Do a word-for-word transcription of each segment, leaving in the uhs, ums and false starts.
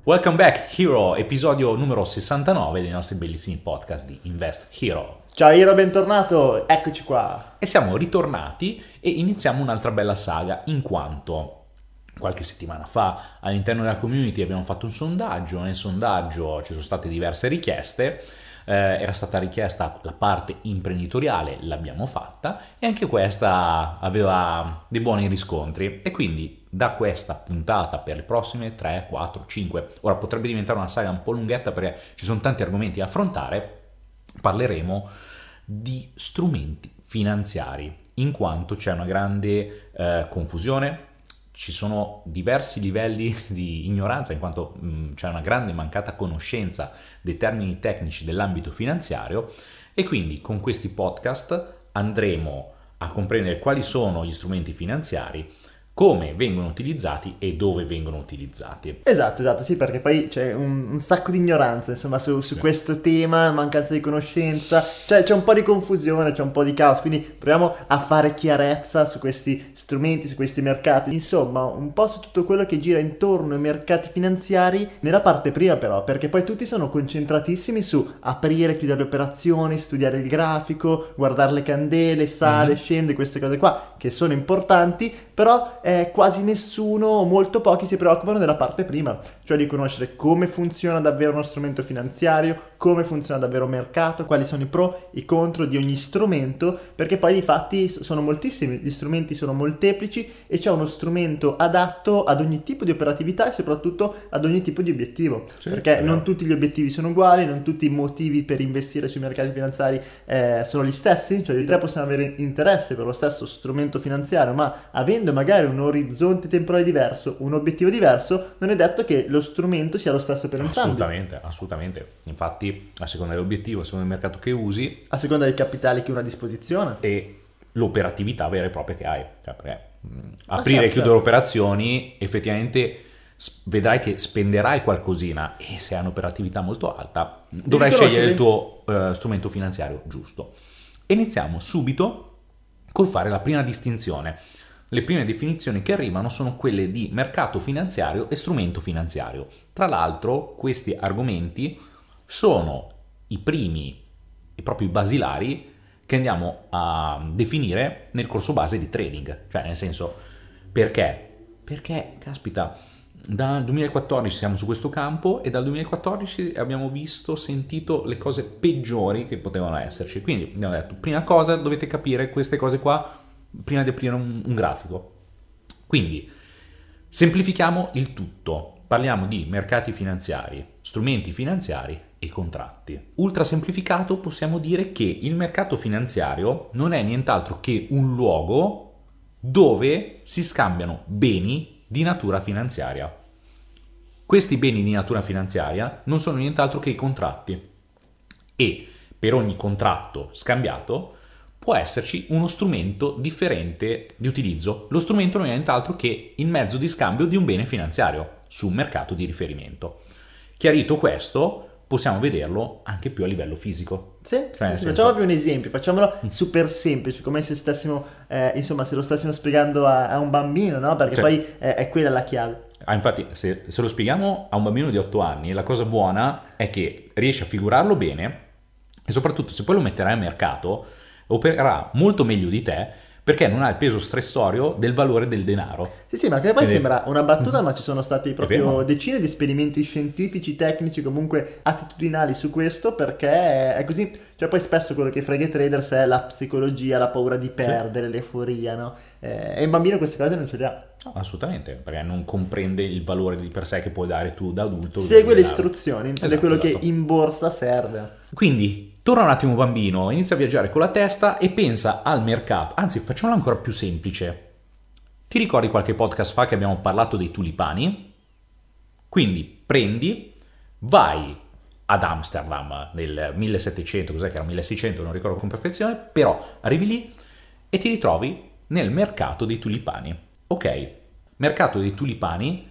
Welcome back Hero, episodio numero sessantanove dei nostri bellissimi podcast di Invest Hero. Ciao Iro, bentornato, eccoci qua. E siamo ritornati e iniziamo un'altra bella saga, in quanto qualche settimana fa all'interno della community abbiamo fatto un sondaggio. Nel sondaggio ci sono state diverse richieste. Eh, era stata richiesta la parte imprenditoriale, l'abbiamo fatta, e anche questa aveva dei buoni riscontri, e quindi da questa puntata per le prossime tre, quattro, cinque, ora potrebbe diventare una saga un po' lunghetta perché ci sono tanti argomenti da affrontare, parleremo di strumenti finanziari, in quanto c'è una grande eh, confusione. Ci sono diversi livelli di ignoranza, in quanto mh, c'è una grande mancata conoscenza dei termini tecnici dell'ambito finanziario, e quindi con questi podcast andremo a comprendere quali sono gli strumenti finanziari, come vengono utilizzati e dove vengono utilizzati. Esatto, esatto, sì, perché poi c'è un, un sacco di ignoranza, insomma, su, su Sì. questo tema, mancanza di conoscenza, cioè c'è un po' di confusione, c'è un po' di caos, quindi proviamo a fare chiarezza su questi strumenti, su questi mercati, insomma, un po' su tutto quello che gira intorno ai mercati finanziari nella parte prima però, perché poi tutti sono concentratissimi su aprire, chiudere le operazioni, studiare il grafico, guardare le candele, sale, Mhm. scende, queste cose qua, che sono importanti, però eh, quasi nessuno o molto pochi si preoccupano della parte prima, cioè di conoscere come funziona davvero uno strumento finanziario, come funziona davvero il mercato, quali sono i pro, i contro di ogni strumento, perché poi di fatti sono moltissimi, gli strumenti sono molteplici e c'è uno strumento adatto ad ogni tipo di operatività e soprattutto ad ogni tipo di obiettivo, Sì, perché è non vero. tutti gli obiettivi sono uguali, non tutti i motivi per investire sui mercati finanziari eh, sono gli stessi, cioè di te possiamo avere interesse per lo stesso strumento finanziario, ma avendo magari un orizzonte temporale diverso, un obiettivo diverso, non è detto che lo strumento sia lo stesso per entrambi. Assolutamente, assolutamente. Infatti, a seconda dell'obiettivo, a seconda del mercato che usi A seconda dei capitali che uno ha a disposizione. e l'operatività vera e propria che hai. Cioè, perché mh, Ah, aprire e certo, chiudere certo. operazioni, effettivamente s- vedrai che spenderai qualcosina, e se hai un'operatività molto alta dovrai scegliere il riconoscere. tuo eh, strumento finanziario giusto. Iniziamo subito col fare la prima distinzione. Le prime definizioni che arrivano sono quelle di mercato finanziario e strumento finanziario. Tra l'altro, questi argomenti sono i primi e proprio i basilari che andiamo a definire nel corso base di trading. Cioè, nel senso, perché? Perché, caspita, dal duemilaquattordici siamo su questo campo e dal duemilaquattordici abbiamo visto, sentito le cose peggiori che potevano esserci. Quindi abbiamo detto, prima cosa, dovete capire queste cose qua prima di aprire un, un grafico. Quindi semplifichiamo il tutto. Parliamo di mercati finanziari, strumenti finanziari e contratti. Ultra semplificato possiamo dire che il mercato finanziario non è nient'altro che un luogo dove si scambiano beni di natura finanziaria. Questi beni di natura finanziaria non sono nient'altro che i contratti, e per ogni contratto scambiato può esserci uno strumento differente di utilizzo. Lo strumento non è nient'altro che il mezzo di scambio di un bene finanziario su un mercato di riferimento. Chiarito questo, possiamo vederlo anche più a livello fisico. Sì, Cioè, sì, nel sì, facciamo senso, proprio un esempio, facciamolo super semplice, come se stessimo, eh, insomma, se lo stessimo spiegando a, a un bambino, no? Perché cioè, poi eh, è quella la chiave. ah, infatti, se, se lo spieghiamo a un bambino di otto anni, la cosa buona è che riesce a figurarlo bene, e soprattutto se poi lo metterai a mercato, opererà molto meglio di te, perché non ha il peso stressorio del valore del denaro. Sì, sì, ma che poi Quindi, sembra una battuta, ma ci sono stati è proprio vero. decine di esperimenti scientifici, tecnici, comunque attitudinali su questo, perché è così. Cioè, poi spesso quello che frega i traders è la psicologia, la paura di Sì. perdere, l'euforia, no? Eh, e un bambino queste cose non ce le ha. No, assolutamente, perché non comprende il valore di per sé che puoi dare tu da adulto del Segue le denaro. istruzioni ed è Esatto, quello che esatto. in borsa serve. Quindi, torna un attimo bambino, inizia a viaggiare con la testa e pensa al mercato. Anzi, facciamolo ancora più semplice. Ti ricordi qualche podcast fa che abbiamo parlato dei tulipani? Quindi prendi, vai ad Amsterdam nel millesettecento, cos'è che era milleseicento, non ricordo con perfezione, però arrivi lì e ti ritrovi nel mercato dei tulipani. Ok, mercato dei tulipani,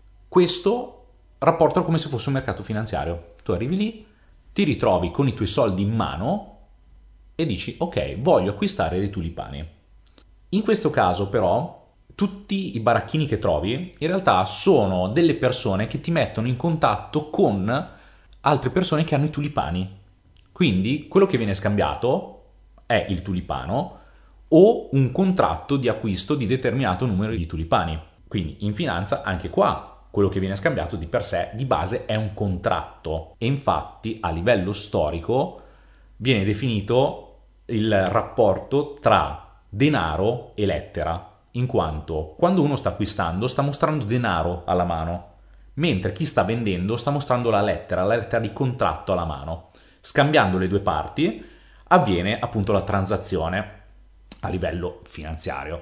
questo rapporta come se fosse un mercato finanziario. Tu arrivi lì, ti ritrovi con i tuoi soldi in mano e dici ok, voglio acquistare dei tulipani. In questo caso però tutti i baracchini che trovi in realtà sono delle persone che ti mettono in contatto con altre persone che hanno i tulipani. Quindi quello che viene scambiato è il tulipano o un contratto di acquisto di determinato numero di tulipani. Quindi in finanza anche qua quello che viene scambiato di per sé, di base, è un contratto. E infatti a livello storico viene definito il rapporto tra denaro e lettera, in quanto quando uno sta acquistando sta mostrando denaro alla mano, mentre chi sta vendendo sta mostrando la lettera, la lettera di contratto alla mano. Scambiando le due parti avviene appunto la transazione a livello finanziario.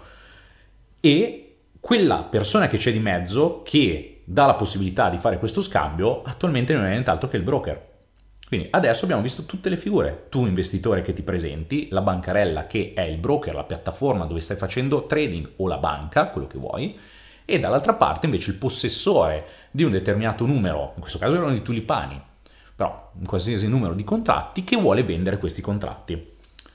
E quella persona che c'è di mezzo, che dà la possibilità di fare questo scambio, attualmente non è nient'altro che il broker. Quindi adesso abbiamo visto tutte le figure: tu investitore che ti presenti, la bancarella che è il broker, la piattaforma dove stai facendo trading, o la banca, quello che vuoi, e dall'altra parte invece il possessore di un determinato numero, in questo caso erano i tulipani, però un qualsiasi numero di contratti, che vuole vendere questi contratti.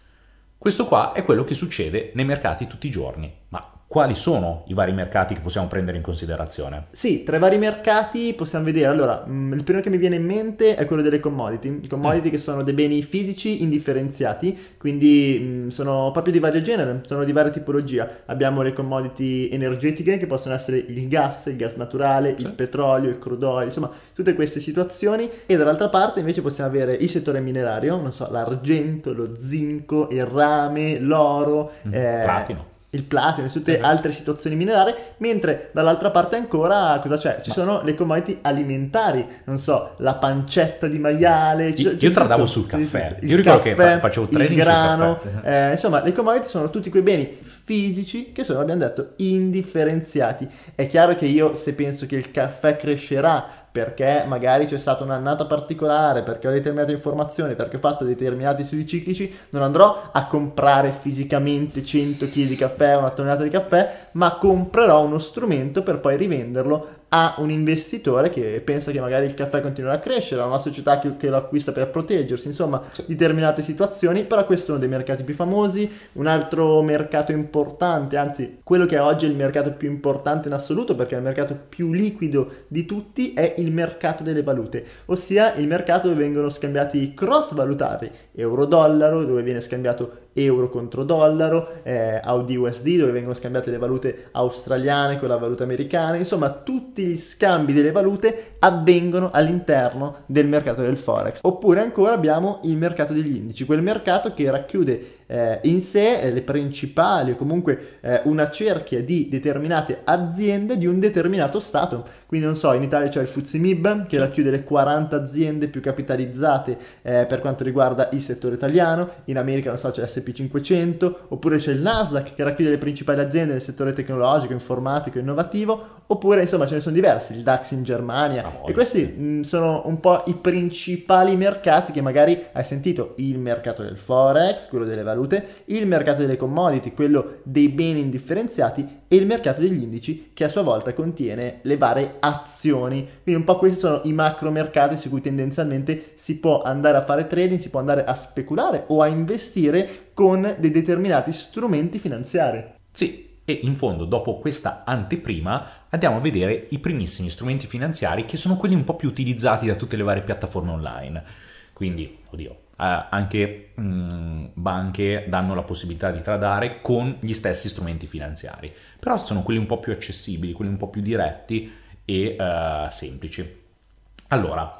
Questo qua è quello che succede nei mercati tutti i giorni. Ma quali sono i vari mercati che possiamo prendere in considerazione? Sì, tra i vari mercati possiamo vedere, allora, mh, il primo che mi viene in mente è quello delle commodity, i commodity Mm. che sono dei beni fisici indifferenziati, quindi mh, sono proprio di vario genere, sono di varia tipologia. Abbiamo le commodity energetiche che possono essere il gas, il gas naturale, Sì. il petrolio, il crude oil, insomma, tutte queste situazioni. E dall'altra parte invece possiamo avere il settore minerario, non so, l'argento, lo zinco, il rame, l'oro, Mm. eh, Platino. il platino e tutte Sì, sì. altre situazioni minerarie, mentre dall'altra parte ancora cosa c'è? Ci Ma- sono le commodity alimentari, non so, la pancetta di maiale, ci- Io, c'è io tradavo tutto, sul c'è di caffè. tutto. Io Il ricordo che caffè, fa- facevo il trading sul grano, caffè. eh, insomma, le commodity sono tutti quei beni fisici che sono, abbiamo detto, indifferenziati. È chiaro che io, se penso che il caffè crescerà perché magari c'è stata un'annata particolare, perché ho determinate informazioni, perché ho fatto determinati studi ciclici, non andrò a comprare fisicamente cento chili di caffè, una tonnellata di caffè, ma comprerò uno strumento per poi rivenderlo a un investitore che pensa che magari il caffè continuerà a crescere, a una società che, che lo acquista per proteggersi, insomma, Sì. determinate situazioni. Però questo è uno dei mercati più famosi. Un altro mercato importante, anzi quello che è oggi il mercato più importante in assoluto, perché è il mercato più liquido di tutti, è il mercato delle valute, ossia il mercato dove vengono scambiati cross valutari, euro-dollaro, dove viene scambiato euro contro dollaro, eh, A U D U S D, dove vengono scambiate le valute australiane con la valuta americana. Insomma, tutti gli scambi delle valute avvengono all'interno del mercato del forex. Oppure ancora abbiamo il mercato degli indici, quel mercato che racchiude eh, in sé eh, le principali, o comunque eh, una cerchia di determinate aziende di un determinato stato. Quindi non so, in Italia c'è il F T S E M I B che racchiude le quaranta aziende più capitalizzate eh, per quanto riguarda il settore italiano. In America, non so, c'è l'S and P cinquecento, oppure c'è il Nasdaq che racchiude le principali aziende nel settore tecnologico, informatico, innovativo, oppure insomma ce ne sono diversi, il DAX in Germania. Ah, voglia, E questi sì. mh, sono un po' i principali mercati che magari hai sentito: il mercato del forex, quello delle valute, il mercato delle commodity, quello dei beni indifferenziati, e il mercato degli indici, che a sua volta contiene le varie azioni. Quindi un po' questi sono i macro mercati su cui tendenzialmente si può andare a fare trading, si può andare a speculare o a investire con dei determinati strumenti finanziari. Sì, e in fondo, dopo questa anteprima, andiamo a vedere i primissimi strumenti finanziari, che sono quelli un po' più utilizzati da tutte le varie piattaforme online. Quindi, oddio, eh, anche mh, banche danno la possibilità di tradare con gli stessi strumenti finanziari, però sono quelli un po' più accessibili, quelli un po' più diretti e eh, semplici. Allora,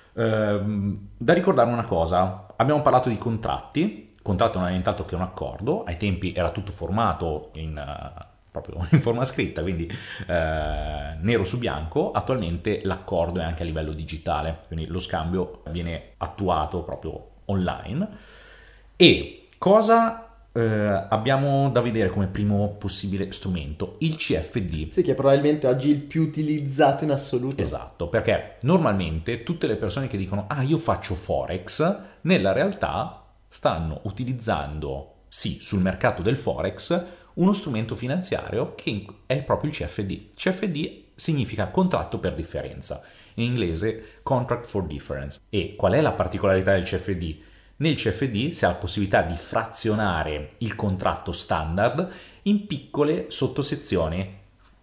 ehm, da ricordare una cosa: abbiamo parlato di contratti. Contratto non è nient'altro che un accordo. Ai tempi era tutto formato in, eh, proprio in forma scritta, quindi eh, nero su bianco. Attualmente l'accordo è anche a livello digitale, quindi lo scambio viene attuato proprio online. E cosa eh, abbiamo da vedere come primo possibile strumento? Il C F D. Sì, che è probabilmente oggi il più utilizzato in assoluto. Esatto, perché normalmente tutte le persone che dicono ah, io faccio Forex, nella realtà stanno utilizzando, sì, sul mercato del Forex, uno strumento finanziario che è proprio il C F D. C F D significa contratto per differenza, in inglese Contract for Difference. E qual è la particolarità del C F D? Nel C F D si ha la possibilità di frazionare il contratto standard in piccole sottosezioni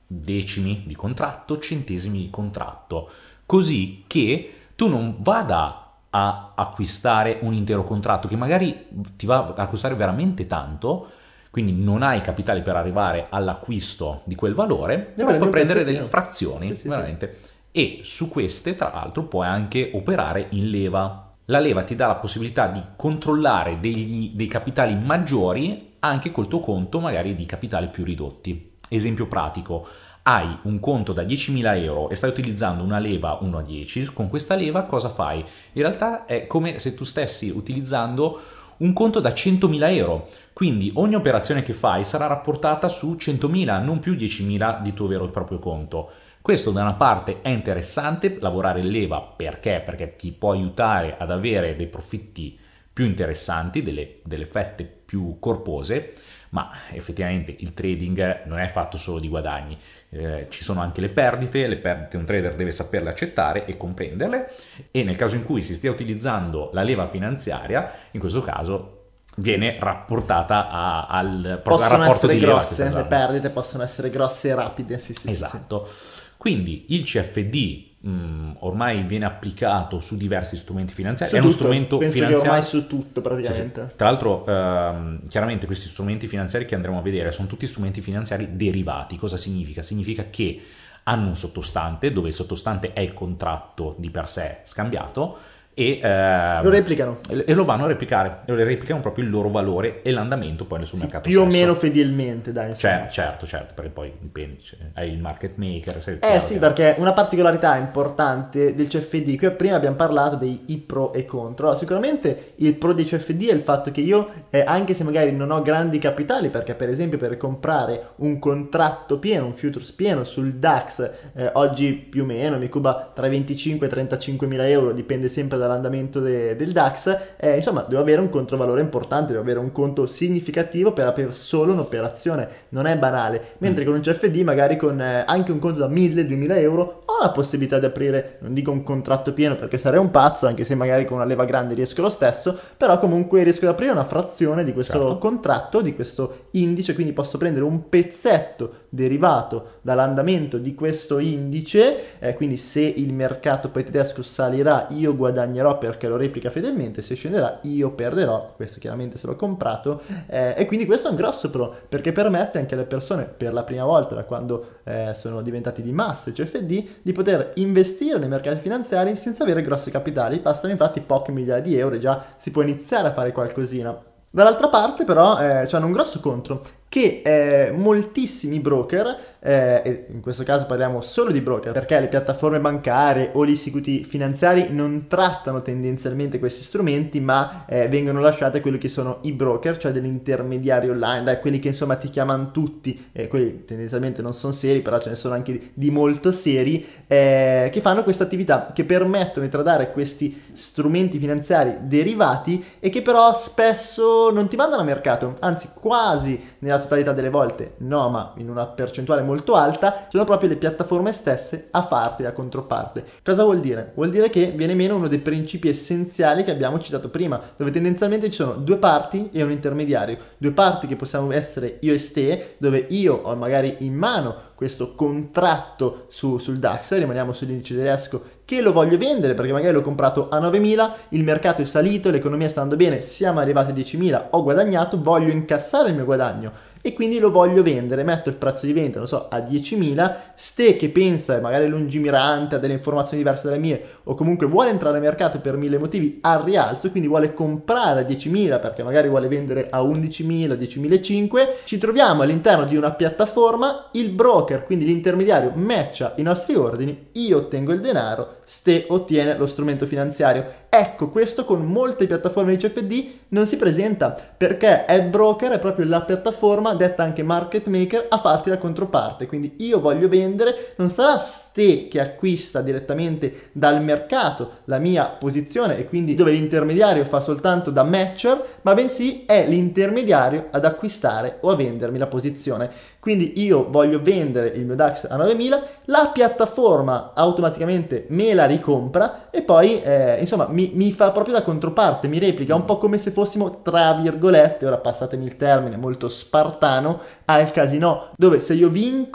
decimi di contratto, centesimi di contratto, così che tu non vada a acquistare un intero contratto che magari ti va a costare veramente tanto, quindi non hai capitali per arrivare all'acquisto di quel valore, Ne ma prendi puoi un prendere delle pezzettino. frazioni, Sì, sì, veramente. E su queste, tra l'altro, puoi anche operare in leva. La leva ti dà la possibilità di controllare degli- dei capitali maggiori anche col tuo conto magari di capitali più ridotti. Esempio pratico: hai un conto da diecimila euro e stai utilizzando una leva uno a dieci, con questa leva cosa fai? In realtà è come se tu stessi utilizzando un conto da centomila euro, quindi ogni operazione che fai sarà rapportata su centomila, non più diecimila di tuo vero e proprio conto. Questo da una parte è interessante lavorare in leva, perché? Perché ti può aiutare ad avere dei profitti più interessanti, delle, delle fette più corpose, ma effettivamente il trading non è fatto solo di guadagni, eh, ci sono anche le perdite, le perdite un trader deve saperle accettare e comprenderle, e nel caso in cui si stia utilizzando la leva finanziaria, in questo caso viene rapportata a- al, proprio al Possono rapporto essere di leva che grosse, sta le dando. perdite possono essere grosse e rapide, sì, sì, sì, sì. Esatto. Quindi il C F D mh, ormai viene applicato su diversi strumenti finanziari, Su è uno tutto, strumento penso che finanziario. ormai su tutto Sì, sì. praticamente. Tra l'altro, ehm, chiaramente questi strumenti finanziari che andremo a vedere sono tutti strumenti finanziari derivati. Cosa significa? Significa che hanno un sottostante, dove il sottostante è il contratto di per sé scambiato, e, ehm, Lo replicano. e lo vanno a replicare, e lo replicano proprio il loro valore e l'andamento poi sul Sì, mercato più o stesso. meno fedelmente, dai, insomma. Cioè, certo, certo, perché poi dipende, cioè, hai il market maker. Sai, Eh chiaro sì, che- perché una particolarità importante del C F D, qui prima abbiamo parlato dei i pro e contro. Allora, sicuramente il pro di C F D è il fatto che io, eh, anche se magari non ho grandi capitali, perché per esempio per comprare un contratto pieno, un futures pieno sul DAX, eh, oggi più o meno mi cuba tra i venticinque e i trentacinque mila euro, dipende sempre dall'andamento de- del DAX, eh, insomma devo avere un controvalore importante, devo avere un conto significativo per aprire solo un'operazione, non è banale, mentre Mm. con un C F D magari con eh, anche un conto da mille-duemila euro ho la possibilità di aprire, non dico un contratto pieno perché sarei un pazzo, anche se magari con una leva grande riesco lo stesso, però comunque riesco ad aprire una frazione di questo Certo. contratto, di questo indice, quindi posso prendere un pezzetto derivato dall'andamento di questo indice, eh, quindi se il mercato poi tedesco salirà io guadagnerò perché lo replica fedelmente, se scenderà io perderò, questo chiaramente se l'ho comprato, eh, e quindi questo è un grosso pro, perché permette anche alle persone per la prima volta da quando eh, sono diventati di massa i C F D di poter investire nei mercati finanziari senza avere grossi capitali, bastano infatti poche migliaia di euro e già si può iniziare a fare qualcosina. Dall'altra parte però eh, c'hanno un grosso contro, che eh, moltissimi broker, eh, e in questo caso parliamo solo di broker, perché le piattaforme bancarie o gli istituti finanziari non trattano tendenzialmente questi strumenti, ma eh, vengono lasciati a quelli che sono i broker, cioè degli intermediari online, dai, quelli che insomma ti chiamano tutti, eh, quelli tendenzialmente non sono seri, però ce ne sono anche di, di molto seri, eh, che fanno questa attività, che permettono di tradare questi strumenti finanziari derivati e che però spesso non ti mandano a mercato, anzi quasi nella totalità delle volte no, ma in una percentuale molto alta, sono proprio le piattaforme stesse a farti da controparte. Cosa vuol dire? Vuol dire che viene meno uno dei principi essenziali che abbiamo citato prima, dove tendenzialmente ci sono due parti e un intermediario, due parti che possiamo essere io e te, dove io ho magari in mano questo contratto su, sul DAX, rimaniamo sull'indice tedesco, che lo voglio vendere perché magari l'ho comprato a novemila, il mercato è salito, l'economia sta andando bene, siamo arrivati a diecimila, ho guadagnato, voglio incassare il mio guadagno e quindi lo voglio vendere, metto il prezzo di vendita, non so, a diecimila, ste che pensa, magari lungimirante, ha delle informazioni diverse dalle mie o comunque vuole entrare al mercato per mille motivi al rialzo, quindi vuole comprare a diecimila perché magari vuole vendere a undicimila, diecimilacinquecento, ci troviamo all'interno di una piattaforma, il broker, quindi l'intermediario, matcha i nostri ordini, io ottengo il denaro, ste ottiene lo strumento finanziario. Ecco, questo con molte piattaforme di C F D non si presenta perché è broker, è proprio la piattaforma detta anche market maker a farti la controparte, quindi io voglio vendere, non sarà ste che acquista direttamente dal mercato la mia posizione e quindi dove l'intermediario fa soltanto da matcher, ma bensì è l'intermediario ad acquistare o a vendermi la posizione. Quindi io voglio vendere il mio DAX a novemila, la piattaforma automaticamente me la ricompra e poi eh, insomma mi, mi fa proprio da controparte, mi replica un po' come se fossimo tra virgolette, ora passatemi il termine molto spartano, al casino, dove se io vinco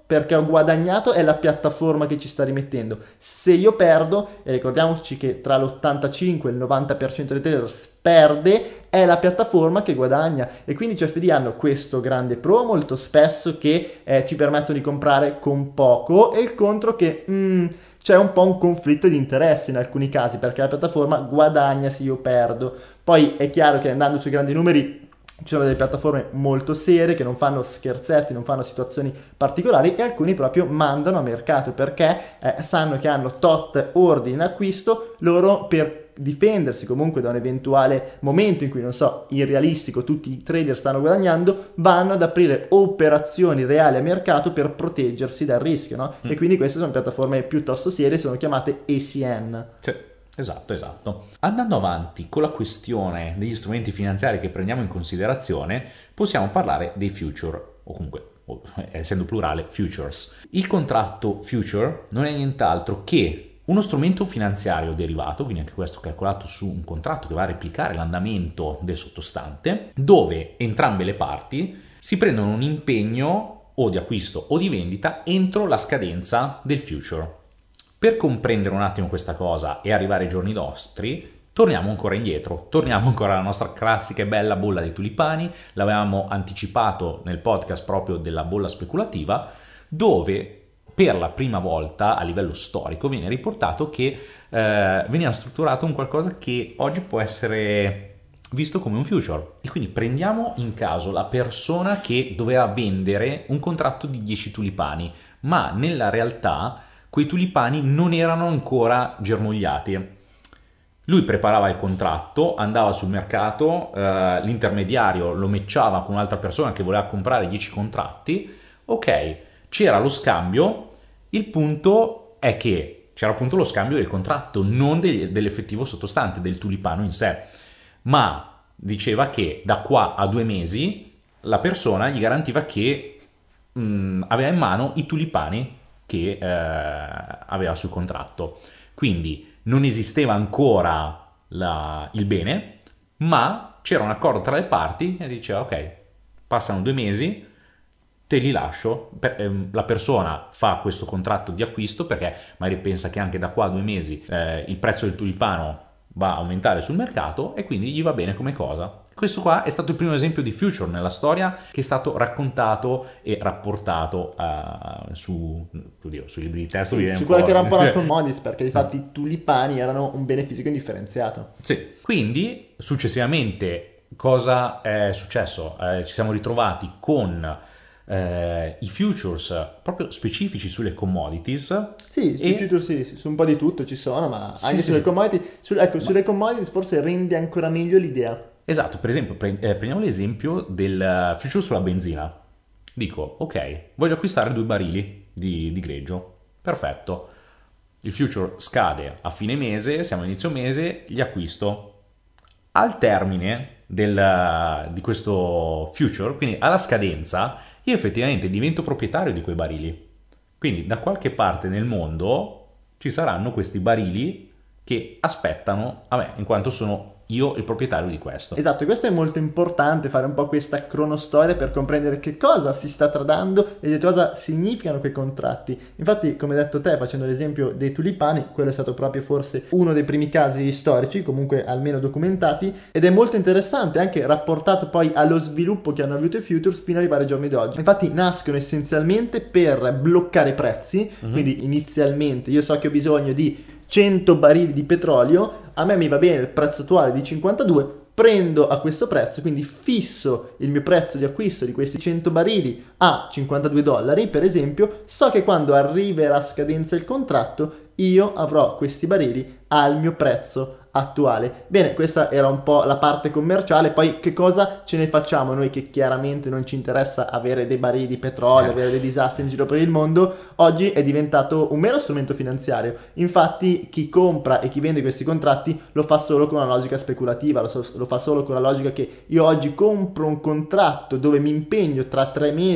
perché ho guadagnato, è la piattaforma che ci sta rimettendo. Se io perdo, e ricordiamoci che tra l'ottantacinque e il novanta per cento dei traders perde, è la piattaforma che guadagna. E quindi i C F D hanno questo grande pro molto spesso che eh, ci permettono di comprare con poco, e il contro che mm, c'è un po' un conflitto di interesse in alcuni casi, perché la piattaforma guadagna se io perdo. Poi è chiaro che andando sui grandi numeri ci sono delle piattaforme molto serie che non fanno scherzetti, non fanno situazioni particolari, e alcuni proprio mandano a mercato perché eh, sanno che hanno tot ordini in acquisto, loro per difendersi comunque da un eventuale momento in cui, non so, irrealistico, tutti i trader stanno guadagnando, vanno ad aprire operazioni reali a mercato per proteggersi dal rischio, no? Mm. E quindi queste sono piattaforme piuttosto serie, sono chiamate A C N. Sì. Esatto, esatto. Andando avanti con la questione degli strumenti finanziari che prendiamo in considerazione, possiamo parlare dei future, o comunque, essendo plurale, futures. Il contratto future non è nient'altro che uno strumento finanziario derivato, quindi anche questo calcolato su un contratto che va a replicare l'andamento del sottostante, dove entrambe le parti si prendono un impegno o di acquisto o di vendita entro la scadenza del future. Per comprendere un attimo questa cosa e arrivare ai giorni nostri, torniamo ancora indietro, torniamo ancora alla nostra classica e bella bolla dei tulipani, l'avevamo anticipato nel podcast proprio della bolla speculativa, dove per la prima volta a livello storico viene riportato che eh, veniva strutturato un qualcosa che oggi può essere visto come un future. E quindi prendiamo in caso la persona che doveva vendere un contratto di dieci tulipani, ma nella realtà quei tulipani non erano ancora germogliati. Lui preparava il contratto, andava sul mercato, eh, l'intermediario lo matchava con un'altra persona che voleva comprare dieci contratti, ok, c'era lo scambio, il punto è che c'era appunto lo scambio del contratto, non degli, dell'effettivo sottostante, del tulipano in sé, ma diceva che da qua a due mesi la persona gli garantiva che mh, aveva in mano i tulipani che eh, aveva sul contratto. Quindi non esisteva ancora la, il bene, ma c'era un accordo tra le parti e diceva ok, passano due mesi, te li lascio, per, ehm, la persona fa questo contratto di acquisto perché magari pensa che anche da qua a due mesi eh, il prezzo del tulipano va a aumentare sul mercato e quindi gli va bene come cosa. Questo qua è stato il primo esempio di future nella storia che è stato raccontato e rapportato uh, su, oddio, sui libri di testo. Sì, su quello che era un po' la commodities, perché di fatti i tulipani erano un bene fisico indifferenziato. Sì, quindi successivamente cosa è successo? Eh, ci siamo ritrovati con eh, i futures proprio specifici sulle commodities. Sì, e... sui futures sì, su un po' di tutto ci sono, ma sì, anche sì, sulle sì. commodities, su, ecco, ma... sulle commodities forse rende ancora meglio l'idea. Esatto, per esempio pre- eh, prendiamo l'esempio del future sulla benzina. Dico, ok, voglio acquistare due barili di, di greggio. Perfetto. Il future scade a fine mese, siamo a inizio mese, li acquisto. Al termine del, di questo future, quindi alla scadenza, io effettivamente divento proprietario di quei barili. Quindi da qualche parte nel mondo ci saranno questi barili che aspettano a me, in quanto sono io il proprietario di questo. Esatto, e questo è molto importante, fare un po' questa cronostoria per comprendere che cosa si sta tradando e che cosa significano quei contratti. Infatti, come hai detto te, facendo l'esempio dei tulipani, quello è stato proprio forse uno dei primi casi storici, comunque almeno documentati, ed è molto interessante anche rapportato poi allo sviluppo che hanno avuto i futures fino ad arrivare ai giorni d'oggi. Infatti nascono essenzialmente per bloccare prezzi, mm-hmm. Quindi inizialmente io so che ho bisogno di cento barili di petrolio, a me mi va bene il prezzo attuale di cinquantadue, prendo a questo prezzo, quindi fisso il mio prezzo di acquisto di questi cento barili a cinquantadue dollari, per esempio, so che quando arriverà a scadenza il contratto io avrò questi barili al mio prezzo attuale. Bene, questa era un po' la parte commerciale, poi che cosa ce ne facciamo noi che chiaramente non ci interessa avere dei barili di petrolio, avere dei disastri in giro per il mondo? Oggi è diventato un mero strumento finanziario, infatti chi compra e chi vende questi contratti lo fa solo con una logica speculativa, lo, so, lo fa solo con la logica che io oggi compro un contratto dove mi impegno tra tre mesi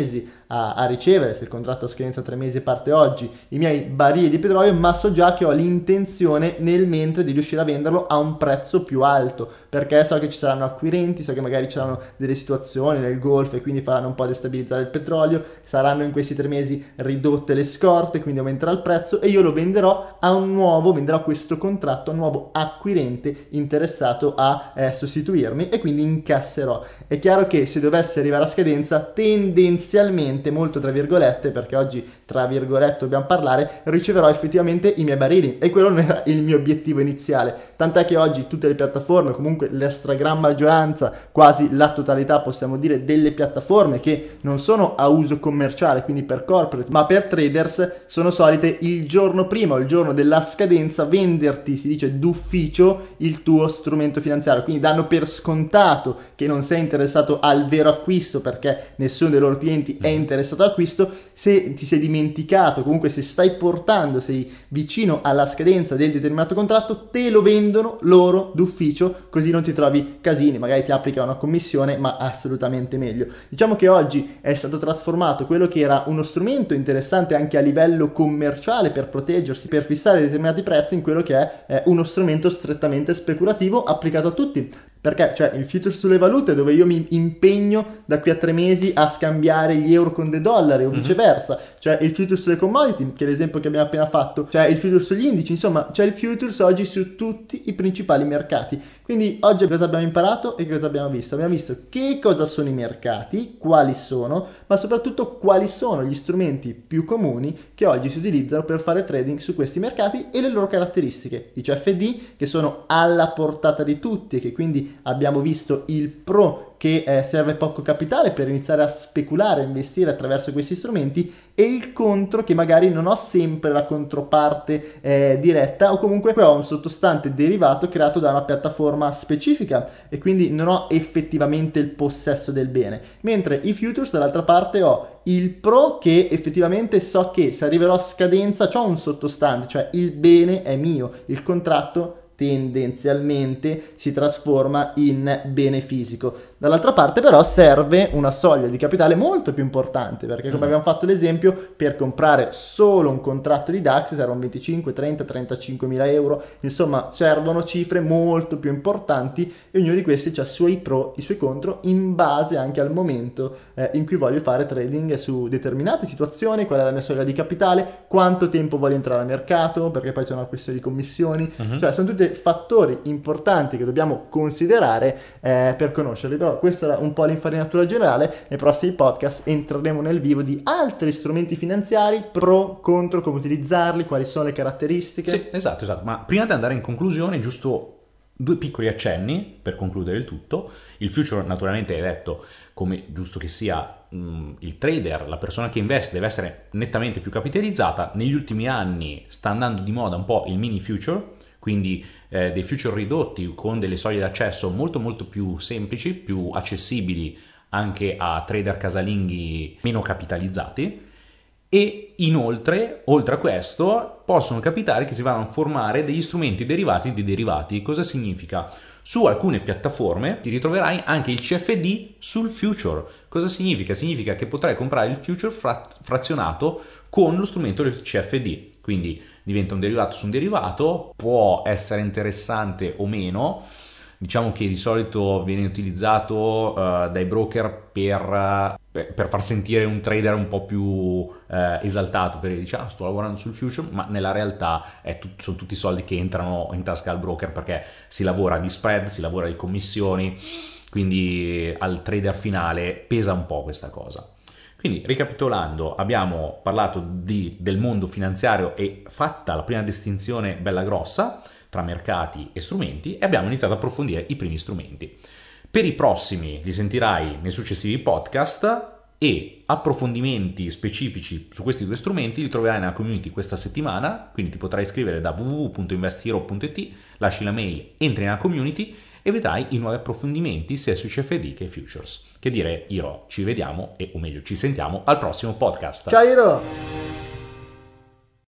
a, a ricevere, se il contratto a scadenza tre mesi parte oggi, i miei barili di petrolio, ma so già che ho l'intenzione nel mentre di riuscire a venderlo a un prezzo più alto, perché so che ci saranno acquirenti, so che magari ci saranno delle situazioni nel Golfo e quindi faranno un po' destabilizzare il petrolio, saranno in questi tre mesi ridotte le scorte, quindi aumenterà il prezzo e io lo venderò a un nuovo, venderò questo contratto a un nuovo acquirente interessato a eh, sostituirmi e quindi incasserò. È chiaro che se dovesse arrivare a scadenza, tendenzialmente, molto tra virgolette, perché oggi tra virgolette dobbiamo parlare, riceverò effettivamente i miei barili e quello non era il mio obiettivo iniziale, tant'è che oggi tutte le piattaforme, comunque la stragrande maggioranza, quasi la totalità possiamo dire, delle piattaforme che non sono a uso commerciale, quindi per corporate, ma per traders, sono solite il giorno prima o il giorno della scadenza venderti, si dice d'ufficio, il tuo strumento finanziario, quindi danno per scontato che non sei interessato al vero acquisto perché nessuno dei loro clienti è interessato all'acquisto. Se ti sei dimenticato, comunque se stai portando, sei vicino alla scadenza del determinato contratto, te lo vendono loro d'ufficio, così non ti trovi casini, magari ti applica una commissione, ma assolutamente meglio. Diciamo che oggi è stato trasformato quello che era uno strumento interessante anche a livello commerciale per proteggersi, per fissare determinati prezzi, in quello che è eh, uno strumento strettamente speculativo applicato a tutti. Perché, cioè, il futures sulle valute, dove io mi impegno da qui a tre mesi a scambiare gli euro con dei dollari o viceversa, mm-hmm. Cioè il futures sulle commodity, che è l'esempio che abbiamo appena fatto, cioè il futures sugli indici, insomma, c'è il futures oggi su tutti i principali mercati. Quindi oggi cosa abbiamo imparato e cosa abbiamo visto? Abbiamo visto che cosa sono i mercati, quali sono, ma soprattutto quali sono gli strumenti più comuni che oggi si utilizzano per fare trading su questi mercati e le loro caratteristiche. I C F D, che sono alla portata di tutti e che quindi abbiamo visto il pro che eh, serve poco capitale per iniziare a speculare, a investire attraverso questi strumenti, e il contro che magari non ho sempre la controparte eh, diretta, o comunque ho un sottostante derivato creato da una piattaforma specifica e quindi non ho effettivamente il possesso del bene, mentre i futures dall'altra parte ho il pro che effettivamente so che se arriverò a scadenza c'ho un sottostante, cioè il bene è mio, il contratto tendenzialmente si trasforma in bene fisico. Dall'altra parte però serve una soglia di capitale molto più importante, perché come mm. abbiamo fatto l'esempio, per comprare solo un contratto di DAX servono venticinque, trenta, trentacinque mila euro, insomma servono cifre molto più importanti e ognuno di questi ha i suoi pro, i suoi contro, in base anche al momento eh, in cui voglio fare trading su determinate situazioni, qual è la mia soglia di capitale, quanto tempo voglio entrare al mercato, perché poi c'è una questione di commissioni, mm-hmm. Cioè sono tutti fattori importanti che dobbiamo considerare eh, per conoscerli. Però questa era un po' l'infarinatura generale. Nei prossimi podcast entreremo nel vivo di altri strumenti finanziari, pro, contro, come utilizzarli, quali sono le caratteristiche. Sì, esatto, esatto. Ma prima di andare in conclusione, giusto due piccoli accenni per concludere il tutto. Il future, naturalmente, hai detto, come giusto che sia, mh, il trader, la persona che investe, deve essere nettamente più capitalizzata. Negli ultimi anni sta andando di moda un po' il mini future, quindi eh, dei future ridotti con delle soglie d'accesso molto molto più semplici, più accessibili anche a trader casalinghi meno capitalizzati, e inoltre, oltre a questo, possono capitare che si vadano a formare degli strumenti derivati di derivati. Cosa significa? Su alcune piattaforme ti ritroverai anche il C F D sul future. Cosa significa? Significa che potrai comprare il future fra- frazionato con lo strumento del C F D, quindi diventa un derivato su un derivato, può essere interessante o meno. Diciamo che di solito viene utilizzato uh, dai broker per, per, per far sentire un trader un po' più uh, esaltato, perché dice ah, sto lavorando sul future, ma nella realtà è tut- sono tutti soldi che entrano in tasca al broker, perché si lavora di spread, si lavora di commissioni, quindi al trader finale pesa un po' questa cosa. Quindi, ricapitolando, abbiamo parlato di, del mondo finanziario e fatta la prima distinzione bella grossa tra mercati e strumenti, e abbiamo iniziato ad approfondire i primi strumenti. Per i prossimi li sentirai nei successivi podcast, e approfondimenti specifici su questi due strumenti li troverai nella community questa settimana, quindi ti potrai iscrivere da w w w punto investhero punto i t, lasci la mail, entri nella community e vedrai i nuovi approfondimenti sia sui C F D che futures. Che dire, Iro, ci vediamo, e o meglio ci sentiamo al prossimo podcast. Ciao Iro!